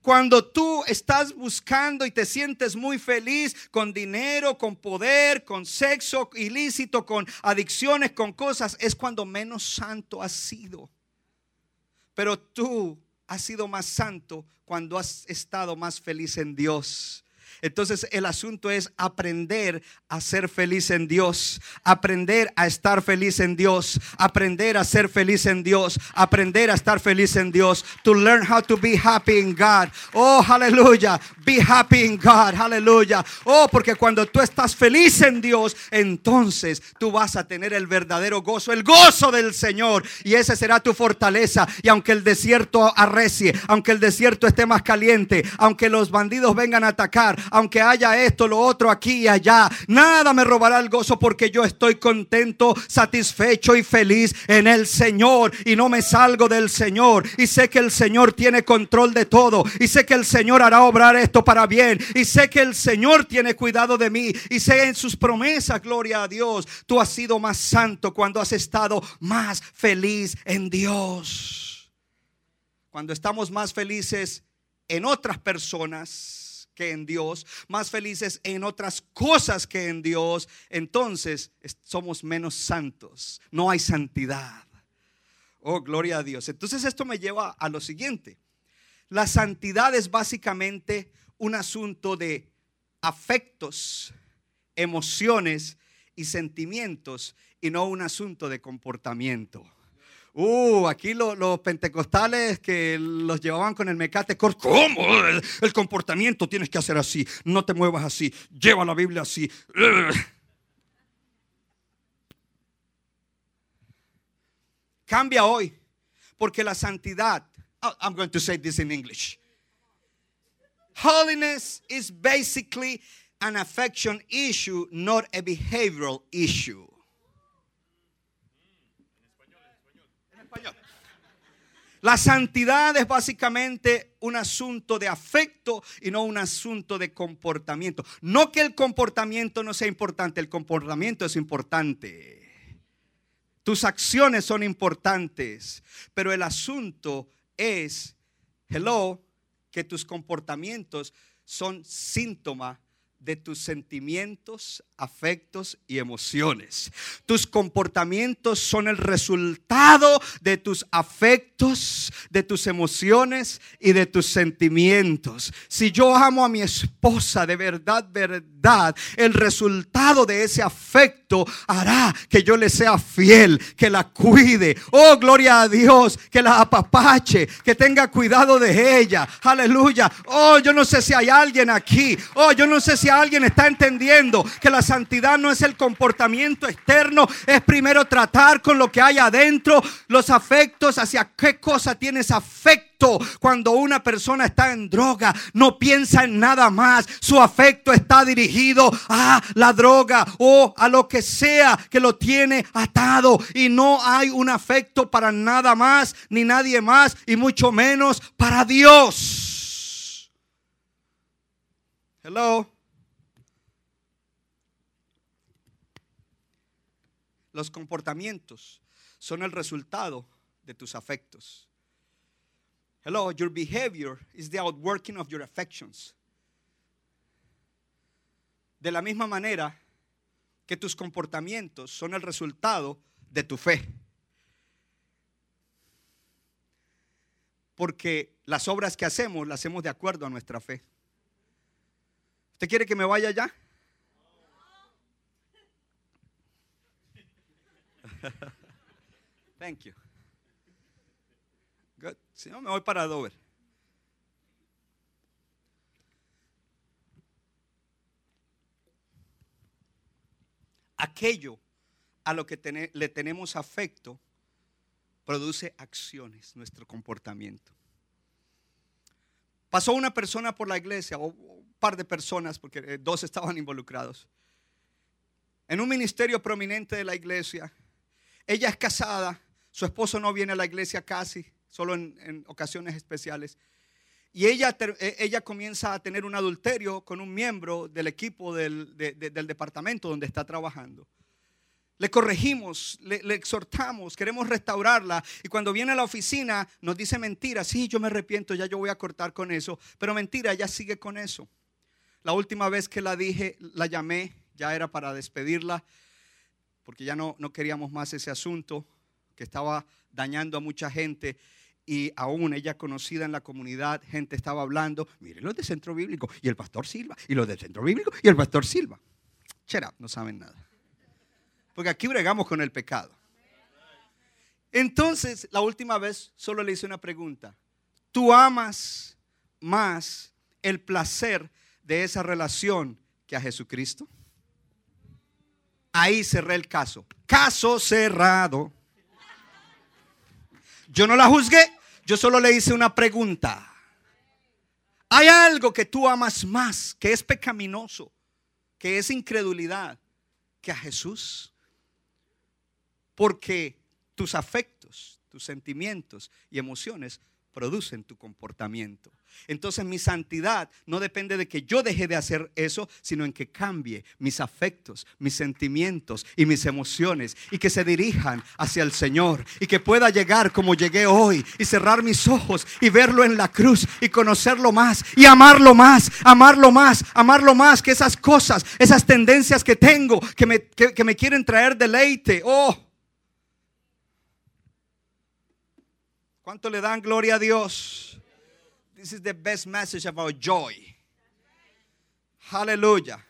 Cuando tú estás buscando y te sientes muy feliz con dinero, con poder, con sexo ilícito, con adicciones, con cosas, es cuando menos santo has sido. Pero tú has sido más santo cuando has estado más feliz en Dios. Entonces el asunto es aprender a ser feliz en Dios, aprender a estar feliz en Dios, aprender a ser feliz en Dios, aprender a estar feliz en Dios. To learn how to be happy in God. Oh, aleluya. Be happy in God. Aleluya. Oh, porque cuando tú estás feliz en Dios, entonces tú vas a tener el verdadero gozo, el gozo del Señor. Y ese será tu fortaleza. Y aunque el desierto arrecie, aunque el desierto esté más caliente, aunque los bandidos vengan a atacar, aunque haya esto, lo otro, aquí y allá, nada me robará el gozo, porque yo estoy contento, satisfecho y feliz en el Señor, y no me salgo del Señor, y sé que el Señor tiene control de todo, y sé que el Señor hará obrar esto para bien, y sé que el Señor tiene cuidado de mí, y sé en sus promesas, gloria a Dios. Tú has sido más santo cuando has estado más feliz en Dios. Cuando estamos más felices en otras personas que en Dios, más felices en otras cosas que en Dios, entonces somos menos santos. No hay santidad. Oh, gloria a Dios. Entonces esto me lleva a lo siguiente. La santidad es básicamente un asunto de afectos, emociones y sentimientos, y no un asunto de comportamiento. Uh, aquí los, los pentecostales que los llevaban con el mecate corto. ¿Cómo? El, el comportamiento tienes que hacer así. No te muevas así. Lleva la Biblia así. Cambia hoy. Porque la santidad. Oh, I'm going to say this in English. Holiness is basically an affection issue, not a behavioral issue. La santidad es básicamente un asunto de afecto y no un asunto de comportamiento. No que el comportamiento no sea importante, el comportamiento es importante. Tus acciones son importantes, pero el asunto es, hello, que tus comportamientos son síntoma de tus sentimientos, afectos y emociones. Tus comportamientos son el resultado de tus afectos, de tus emociones y de tus sentimientos. Si yo amo a mi esposa de verdad, verdad, el resultado de ese afecto hará que yo le sea fiel, que la cuide. Oh, gloria a Dios, que la apapache, que tenga cuidado de ella. Aleluya. Oh, yo no sé si hay alguien aquí. Oh, yo no sé si alguien está entendiendo que la santidad no es el comportamiento externo, es primero tratar con lo que hay adentro, los afectos. ¿Hacia qué cosa tienes afecto? Cuando una persona está en droga, no piensa en nada más, su afecto está dirigido a la droga o a lo que sea que lo tiene atado, y no hay un afecto para nada más ni nadie más, y mucho menos para Dios. Hello. Los comportamientos son el resultado de tus afectos. Hello, your behavior is the outworking of your affections. De la misma manera que tus comportamientos son el resultado de tu fe. Porque las obras que hacemos, las hacemos de acuerdo a nuestra fe. ¿Usted quiere que me vaya ya? Thank you. Good. Si no, me voy para Dover. Aquello a lo que ten- le tenemos afecto produce acciones, nuestro comportamiento. Pasó una persona por la iglesia, o un par de personas, porque eh, dos estaban involucrados, en un ministerio prominente de la iglesia. Ella es casada, su esposo no viene a la iglesia casi, solo en, en ocasiones especiales. Y ella, ella comienza a tener un adulterio con un miembro del equipo del, de, de, del departamento donde está trabajando. Le corregimos, le, le exhortamos, queremos restaurarla. Y cuando viene a la oficina nos dice mentira. Sí, yo me arrepiento, ya yo voy a cortar con eso. Pero mentira, ella sigue con eso. La última vez que la dije, la llamé, ya era para despedirla, porque ya no, no queríamos más ese asunto que estaba dañando a mucha gente. Y aún ella conocida en la comunidad, gente estaba hablando, miren los de Centro Bíblico y el pastor Silva, y los de Centro Bíblico y el pastor Silva. Shut up, no saben nada. Porque aquí bregamos con el pecado. Entonces, la última vez solo le hice una pregunta. ¿Tú amas más el placer de esa relación que a Jesucristo? Ahí cerré el caso. Caso cerrado. Yo no la juzgué, yo solo le hice una pregunta. ¿Hay algo que tú amas más, que es pecaminoso, que es incredulidad, que a Jesús? Porque tus afectos, tus sentimientos y emociones producen tu comportamiento. Entonces mi santidad no depende de que yo deje de hacer eso, sino en que cambie mis afectos, mis sentimientos y mis emociones, y que se dirijan hacia el Señor, y que pueda llegar como llegué hoy y cerrar mis ojos y verlo en la cruz y conocerlo más y amarlo más, amarlo más, amarlo más que esas cosas, esas tendencias que tengo que me, que, que me quieren traer deleite. Oh, ¿cuánto le dan gloria a Dios? This is the best message about joy. Aleluya.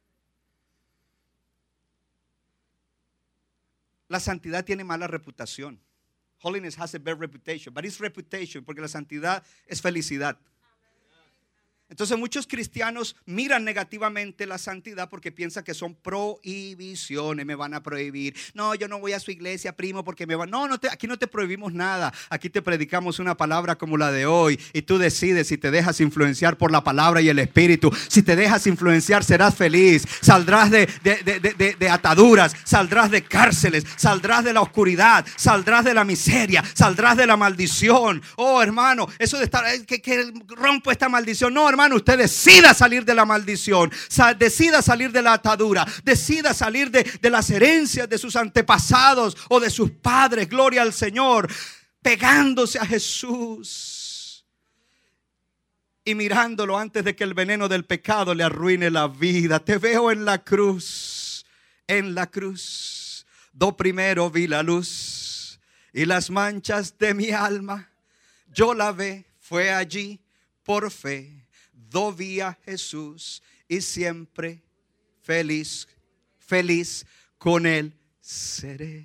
La santidad tiene mala reputación. Holiness has a bad reputation, but it's reputation porque la santidad es felicidad. Entonces muchos cristianos miran negativamente la santidad porque piensan que son prohibiciones, me van a prohibir. No, yo no voy a su iglesia, primo, porque me van. No, no te, aquí no te prohibimos nada. Aquí te predicamos una palabra como la de hoy y tú decides si te dejas influenciar por la palabra y el Espíritu. Si te dejas influenciar serás feliz. Saldrás de, de, de, de, de ataduras, saldrás de cárceles, saldrás de la oscuridad, saldrás de la miseria, saldrás de la maldición. Oh, hermano, eso de estar, que, que rompo esta maldición. No, hermano. Hermano, usted decida salir de la maldición, decida salir de la atadura, decida salir de, de las herencias de sus antepasados o de sus padres, gloria al Señor, pegándose a Jesús y mirándolo antes de que el veneno del pecado le arruine la vida. Te veo en la cruz, en la cruz, do primero vi la luz y las manchas de mi alma, yo la ve, fue allí por fe. Do vi a Jesús y siempre feliz, feliz con él seré.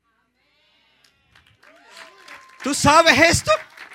¿Tú sabes esto?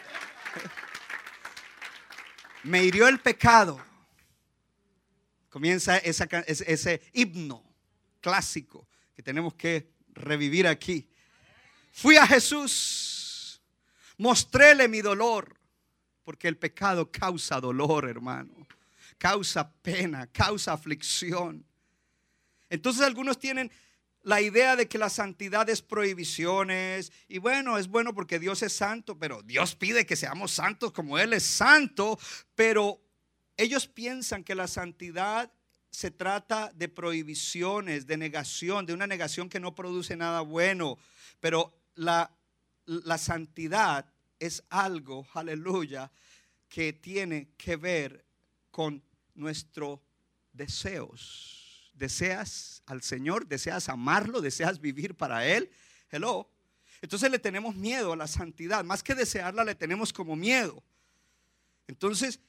Me hirió el pecado. Comienza esa, ese, ese himno clásico que tenemos que revivir aquí. Fui a Jesús, mostréle mi dolor. Porque el pecado causa dolor, hermano. Causa pena, causa aflicción. Entonces algunos tienen la idea de que la santidad es prohibiciones. Y bueno, es bueno porque Dios es santo, pero Dios pide que seamos santos como Él es santo. Pero ellos piensan que la santidad se trata de prohibiciones, de negación, de una negación que no produce nada bueno. Pero la, la santidad es algo, aleluya, que tiene que ver con nuestros deseos. ¿Deseas al Señor? ¿Deseas amarlo? ¿Deseas vivir para Él? Hello. Entonces le tenemos miedo a la santidad. Más que desearla, le tenemos como miedo. Entonces,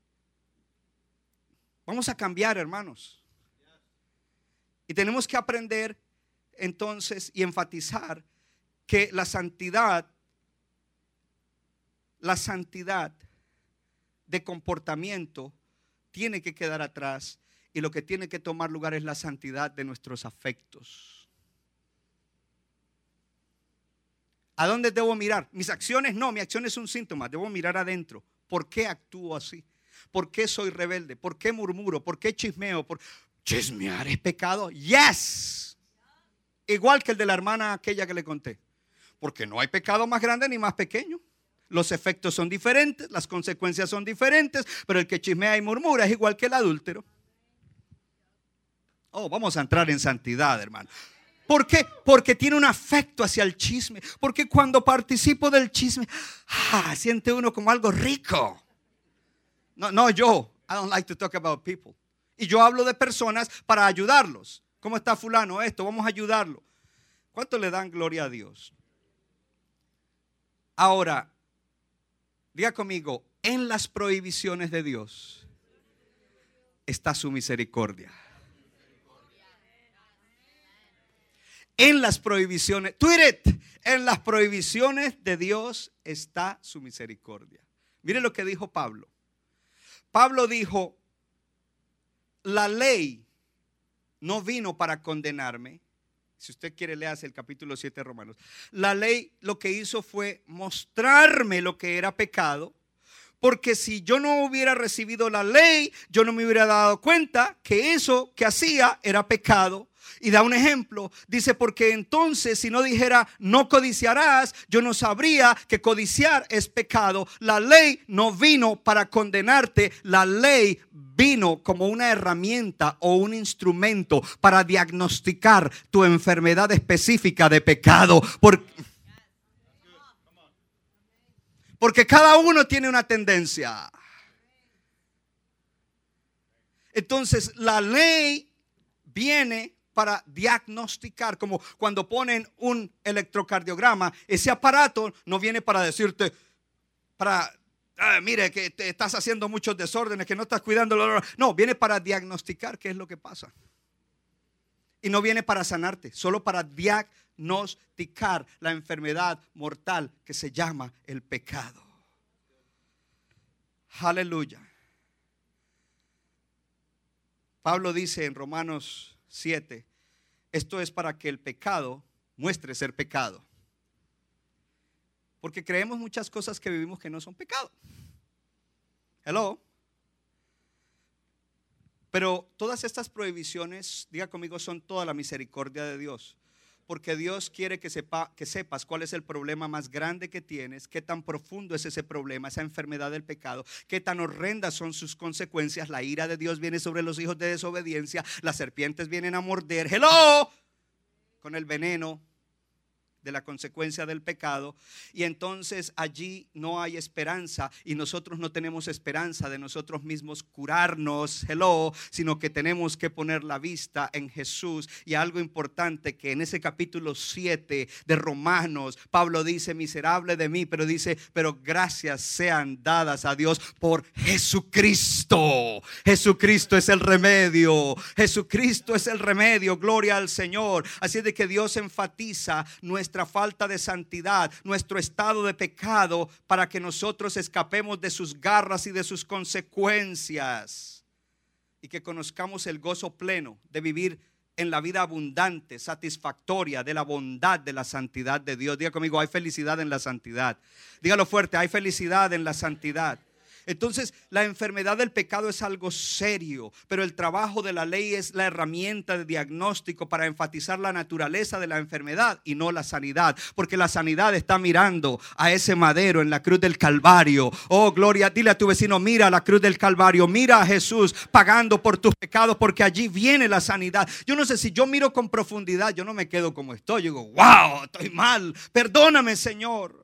vamos a cambiar, hermanos. Y tenemos que aprender entonces y enfatizar que la santidad La santidad de comportamiento tiene que quedar atrás y lo que tiene que tomar lugar es la santidad de nuestros afectos. ¿A dónde debo mirar? Mis acciones no, mi acción es un síntoma. Debo mirar adentro. ¿Por qué actúo así? ¿Por qué soy rebelde? ¿Por qué murmuro? ¿Por qué chismeo? ¿Por... ¿Chismear es pecado? Yes. Igual que el de la hermana aquella que le conté. Porque no hay pecado más grande ni más pequeño. Los efectos son diferentes, las consecuencias son diferentes, pero el que chismea y murmura es igual que el adúltero. Oh, vamos a entrar en santidad, hermano. ¿Por qué? Porque tiene un afecto hacia el chisme. Porque cuando participo del chisme, ah, siente uno como algo rico. No, no, yo, I don't like to talk about people. Y yo hablo de personas para ayudarlos. ¿Cómo está fulano? Esto, vamos a ayudarlo. ¿Cuánto le dan gloria a Dios? Ahora, diga conmigo, en las prohibiciones de Dios está su misericordia. En las prohibiciones, tweet it, en las prohibiciones de Dios está su misericordia. Mire lo que dijo Pablo. Pablo dijo, la ley no vino para condenarme. Si usted quiere, léase el capítulo siete de Romanos. La ley lo que hizo fue mostrarme lo que era pecado. Porque si yo no hubiera recibido la ley, yo no me hubiera dado cuenta que eso que hacía era pecado. Y da un ejemplo, dice, porque entonces si no dijera no codiciarás, yo no sabría que codiciar es pecado. La ley no vino para condenarte, la ley vino como una herramienta o un instrumento para diagnosticar tu enfermedad específica de pecado. Porque, porque cada uno tiene una tendencia. Entonces la ley viene para diagnosticar, como cuando ponen un electrocardiograma. Ese aparato no viene para decirte, para, ah, mire que te estás haciendo muchos desórdenes, que no estás cuidando. No, viene para diagnosticar qué es lo que pasa. Y no viene para sanarte, solo para diagnosticar la enfermedad mortal que se llama el pecado. Aleluya. Pablo dice en Romanos siete, esto es para que el pecado muestre ser pecado. Porque creemos muchas cosas que vivimos que no son pecado. Hello. Pero todas estas prohibiciones, diga conmigo, son toda la misericordia de Dios. Porque Dios quiere que, sepa, que sepas cuál es el problema más grande que tienes, qué tan profundo es ese problema, esa enfermedad del pecado, qué tan horrendas son sus consecuencias. La ira de Dios viene sobre los hijos de desobediencia, las serpientes vienen a morder, hello, con el veneno de la consecuencia del pecado. Y entonces allí no hay esperanza, y nosotros no tenemos esperanza de nosotros mismos curarnos, hello, sino que tenemos que poner la vista en Jesús. Y algo importante, que en ese capítulo siete de Romanos, Pablo dice, miserable de mí, pero dice, pero gracias sean dadas a Dios por Jesucristo. Jesucristo es el remedio, Jesucristo es el remedio, gloria al Señor. Así es de que Dios enfatiza nuestra Nuestra falta de santidad, nuestro estado de pecado, para que nosotros escapemos de sus garras y de sus consecuencias, y que conozcamos el gozo pleno de vivir en la vida abundante, satisfactoria, de la bondad, de la santidad de Dios. Diga conmigo, hay felicidad en la santidad. Dígalo fuerte, hay felicidad en la santidad. Entonces, la enfermedad del pecado es algo serio, pero el trabajo de la ley es la herramienta de diagnóstico para enfatizar la naturaleza de la enfermedad y no la sanidad, porque la sanidad está mirando a ese madero en la cruz del Calvario. Oh, gloria, dile a tu vecino, mira la cruz del Calvario, mira a Jesús pagando por tus pecados, porque allí viene la sanidad. Yo no sé, si yo miro con profundidad, yo no me quedo como estoy. Yo digo, wow, estoy mal, perdóname, Señor.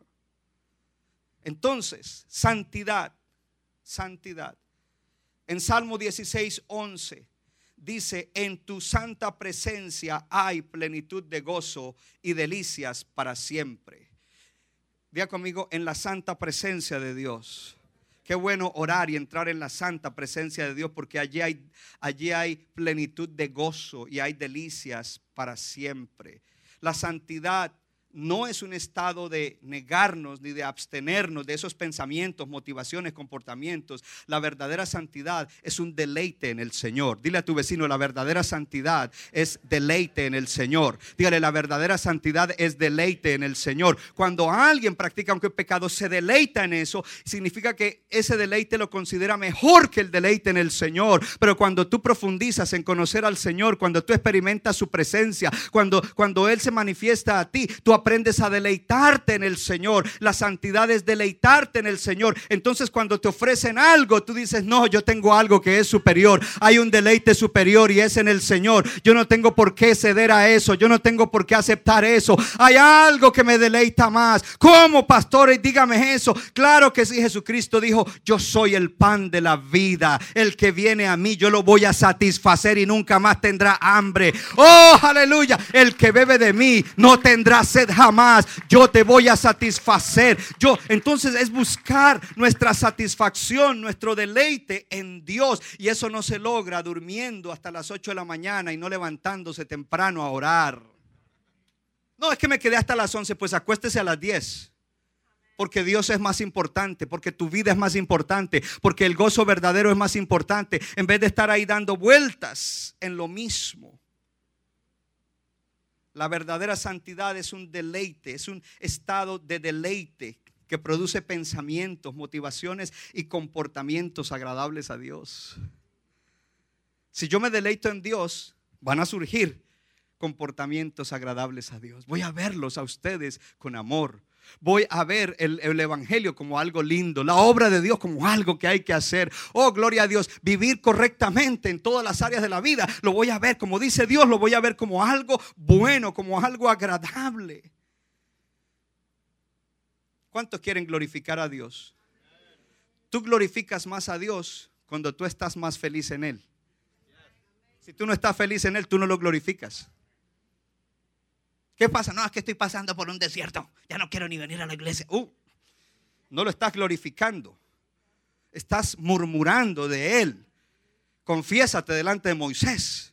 Entonces, santidad. Santidad. En Salmo dieciséis, once dice, en tu santa presencia hay plenitud de gozo y delicias para siempre. Diga conmigo, en la santa presencia de Dios. Qué bueno orar y entrar en la santa presencia de Dios, porque allí hay, allí hay plenitud de gozo y hay delicias para siempre. La santidad no es un estado de negarnos ni de abstenernos de esos pensamientos, motivaciones, comportamientos. La verdadera santidad es un deleite en el Señor. Dile a tu vecino, la verdadera santidad es deleite en el Señor. Dígale, la verdadera santidad es deleite en el Señor. Cuando alguien practica un pecado, se deleita en eso, significa que ese deleite lo considera mejor que el deleite en el Señor. Pero cuando tú profundizas en conocer al Señor, cuando tú experimentas su presencia, cuando, cuando Él se manifiesta a ti, tú aprendes a deleitarte en el Señor. La santidad es deleitarte en el Señor. Entonces cuando te ofrecen algo, tú dices, no, yo tengo algo que es superior. Hay un deleite superior y es en el Señor. Yo no tengo por qué ceder a eso. Yo no tengo por qué aceptar eso. Hay algo que me deleita más. ¿Cómo, pastor? Y dígame eso. Claro que sí, Jesucristo dijo, yo soy el pan de la vida. El que viene a mí, yo lo voy a satisfacer y nunca más tendrá hambre. Oh, aleluya. El que bebe de mí no tendrá sed jamás. Yo te voy a satisfacer. Yo, entonces es buscar nuestra satisfacción, nuestro deleite en Dios. Y eso no se logra durmiendo hasta las ocho de la mañana y no levantándose temprano a orar. No, es que me quedé hasta las once. Pues acuéstese a las diez. Porque Dios es más importante, porque tu vida es más importante, porque el gozo verdadero es más importante, en vez de estar ahí dando vueltas en lo mismo. La verdadera santidad es un deleite, es un estado de deleite que produce pensamientos, motivaciones y comportamientos agradables a Dios. Si yo me deleito en Dios, van a surgir comportamientos agradables a Dios. Voy a verlos a ustedes con amor. Voy a ver el, el evangelio como algo lindo, la obra de Dios como algo que hay que hacer. Oh, gloria a Dios. Vivir correctamente en todas las áreas de la vida, lo voy a ver como dice Dios, lo voy a ver como algo bueno, como algo agradable. ¿Cuántos quieren glorificar a Dios? Tú glorificas más a Dios cuando tú estás más feliz en Él. Si tú no estás feliz en Él, tú no lo glorificas. ¿Qué pasa? No, es que estoy pasando por un desierto. Ya no quiero ni venir a la iglesia. Uh, no lo estás glorificando. Estás murmurando de Él. Confiésate delante de Moisés.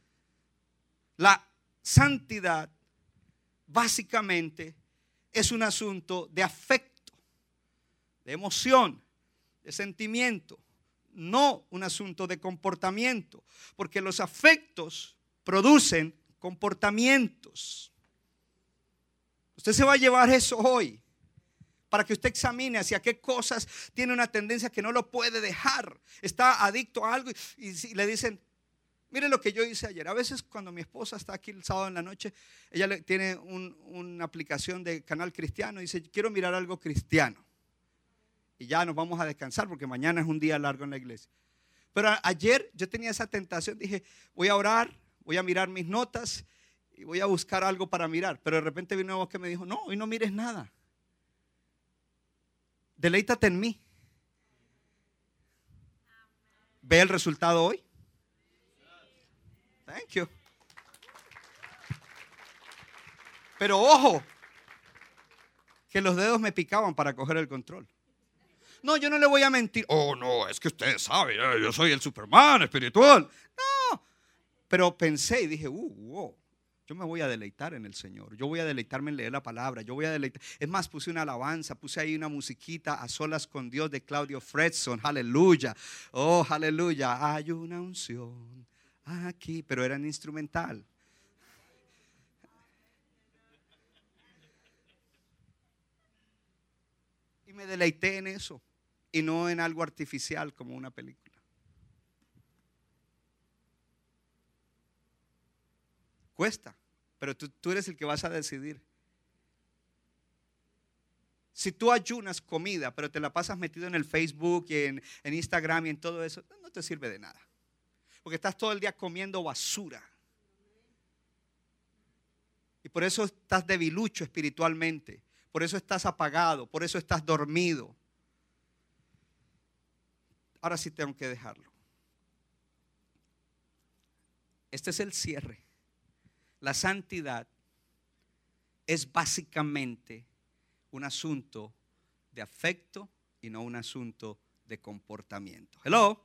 La santidad básicamente es un asunto de afecto, de emoción, de sentimiento. No un asunto de comportamiento. Porque los afectos producen comportamientos. Usted se va a llevar eso hoy para que usted examine hacia qué cosas tiene una tendencia que no lo puede dejar. Está adicto a algo y, y le dicen, mire lo que yo hice ayer. A veces cuando mi esposa está aquí el sábado en la noche, ella le, tiene un, una aplicación de canal cristiano y dice, quiero mirar algo cristiano. Y ya nos vamos a descansar porque mañana es un día largo en la iglesia. Pero a, ayer yo tenía esa tentación, dije, voy a orar, voy a mirar mis notas y voy a buscar algo para mirar. Pero de repente vino una voz que me dijo, no, hoy no mires nada. Deleítate en mí. Ve el resultado hoy. Thank you. Pero ojo, que los dedos me picaban para coger el control. No, yo no le voy a mentir. Oh, no, es que ustedes saben, eh, yo soy el Superman espiritual. No, pero pensé y dije, uh, wow. Yo me voy a deleitar en el Señor. Yo voy a deleitarme en leer la palabra. Yo voy a deleitar. Es más, puse una alabanza, puse ahí una musiquita, A Solas con Dios, de Claudio Fredson. Aleluya. Oh, aleluya. Hay una unción aquí, pero era en instrumental. Y me deleité en eso y no en algo artificial como una película. Cuesta, pero tú, tú eres el que vas a decidir. Si tú ayunas comida, pero te la pasas metido en el Facebook y en, en Instagram y en todo eso, no te sirve de nada. Porque estás todo el día comiendo basura. Y por eso estás debilucho espiritualmente. Por eso estás apagado. Por eso estás dormido. Ahora sí tengo que dejarlo. Este es el cierre. La santidad es básicamente un asunto de afecto y no un asunto de comportamiento. Hello.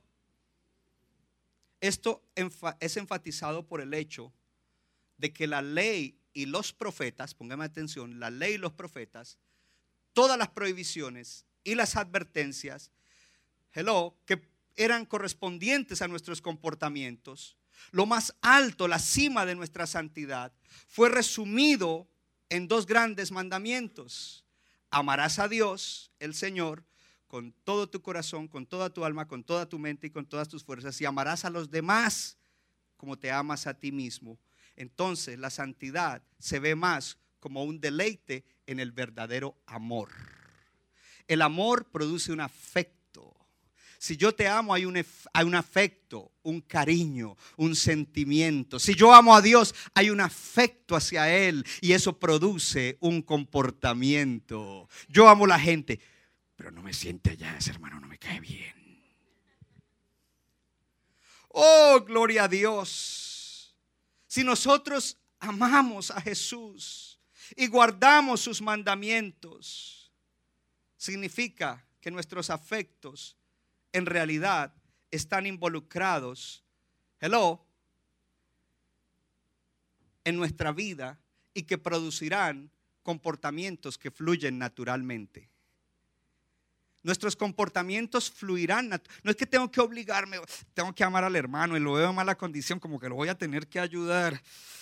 Esto es enfatizado por el hecho de que la ley y los profetas, póngame atención, la ley y los profetas, todas las prohibiciones y las advertencias, hello, que eran correspondientes a nuestros comportamientos, lo más alto, la cima de nuestra santidad, fue resumido en dos grandes mandamientos. Amarás a Dios, el Señor, con todo tu corazón, con toda tu alma, con toda tu mente y con todas tus fuerzas, y amarás a los demás como te amas a ti mismo. Entonces la santidad se ve más como un deleite en el verdadero amor. El amor produce un afecto. Si yo te amo, hay un, hay un afecto, un cariño, un sentimiento. Si yo amo a Dios, hay un afecto hacia Él y eso produce un comportamiento. Yo amo a la gente, pero no me siente allá, ese hermano no me cae bien. Oh, gloria a Dios. Si nosotros amamos a Jesús y guardamos sus mandamientos, significa que nuestros afectos en realidad están involucrados, hello, en nuestra vida y que producirán comportamientos que fluyen naturalmente. Nuestros comportamientos fluirán. No es que tengo que obligarme, tengo que amar al hermano y lo veo en mala condición, como que lo voy a tener que ayudar.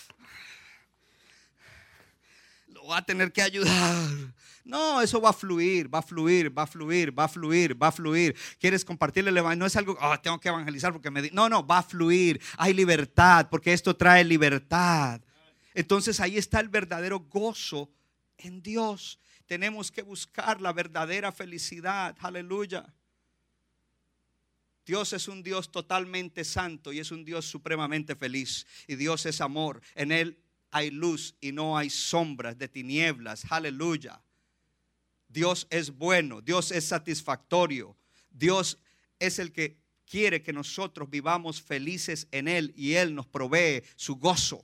Lo voy a tener que ayudar. No, eso va a fluir, va a fluir, va a fluir, va a fluir, va a fluir. ¿Quieres compartirle el evangelio? No es algo, oh, tengo que evangelizar porque me... No, no, va a fluir. Hay libertad porque esto trae libertad. Entonces ahí está el verdadero gozo en Dios. Tenemos que buscar la verdadera felicidad. Aleluya. Dios es un Dios totalmente santo y es un Dios supremamente feliz. Y Dios es amor. En Él hay luz y no hay sombras de tinieblas. Aleluya. Dios es bueno. Dios es satisfactorio. Dios es el que quiere que nosotros vivamos felices en Él y Él nos provee su gozo.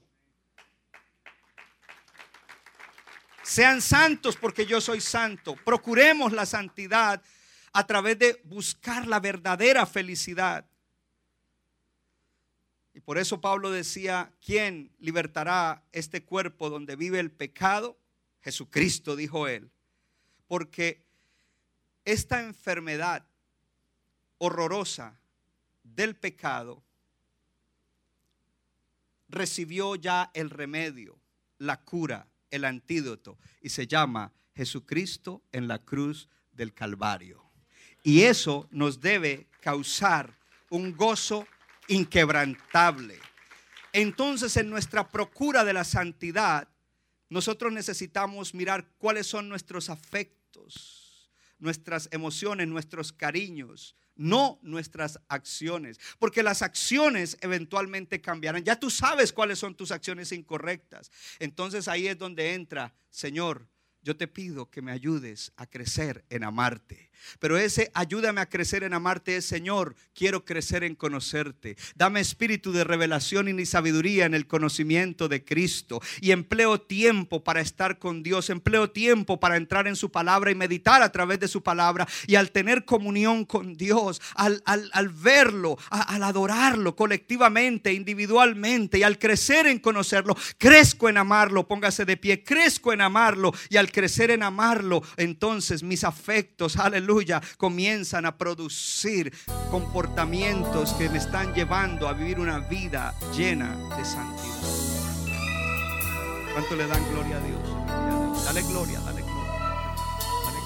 Sean santos porque yo soy santo. Procuremos la santidad a través de buscar la verdadera felicidad. Y por eso Pablo decía, ¿quién libertará este cuerpo donde vive el pecado? Jesucristo, dijo él. Porque esta enfermedad horrorosa del pecado recibió ya el remedio, la cura, el antídoto, y se llama Jesucristo en la cruz del Calvario. Y eso nos debe causar un gozo inquebrantable. Entonces, en nuestra procura de la santidad, nosotros necesitamos mirar cuáles son nuestros afectos, nuestras emociones, nuestros cariños, no nuestras acciones, porque las acciones eventualmente cambiarán. Ya tú sabes cuáles son tus acciones incorrectas. Entonces ahí es donde entra, Señor, yo te pido que me ayudes a crecer en amarte. Pero ese ayúdame a crecer en amarte es, Señor, quiero crecer en conocerte. Dame espíritu de revelación y sabiduría en el conocimiento de Cristo. Y empleo tiempo para estar con Dios. Empleo tiempo para entrar en su palabra y meditar a través de su palabra. Y al tener comunión con Dios, al, al, al verlo, a, al adorarlo colectivamente, individualmente, y al crecer en conocerlo, crezco en amarlo. Póngase de pie, crezco en amarlo. Y al crecer en amarlo, entonces mis afectos, aleluya, comienzan a producir comportamientos que me están llevando a vivir una vida llena de santidad. ¿Cuánto le dan gloria a Dios? Dale gloria, dale gloria, dale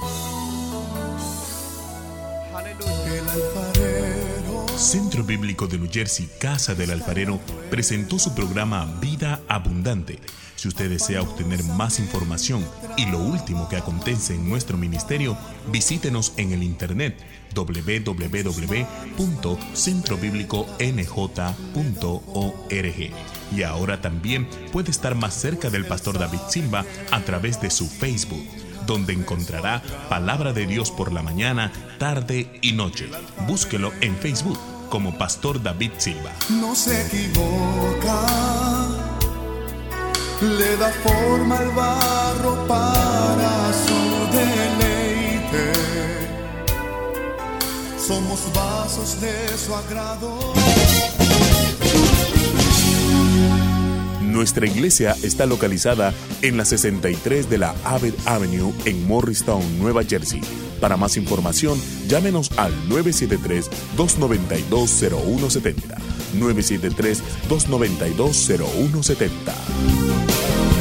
gloria. Aleluya. El alfarero. Centro Bíblico de New Jersey, Casa del Alfarero, presentó su programa Vida Abundante. Si usted desea obtener más información y lo último que acontece en nuestro ministerio, visítenos en el internet doble u doble u doble u punto centro bíblico n j punto org. Y ahora también puede estar más cerca del pastor David Silva a través de su Facebook, donde encontrará palabra de Dios por la mañana, tarde y noche. Búsquelo en Facebook como Pastor David Silva. No se equivoca, le da forma al barro para su deleite. Somos vasos de su agrado. Nuestra iglesia está localizada en la sesenta y tres de la Abbott Avenue en Morristown, Nueva Jersey. Para más información, llámenos al nueve siete tres, dos nueve dos, cero uno siete cero. nueve siete tres, dos nueve dos, cero uno siete cero.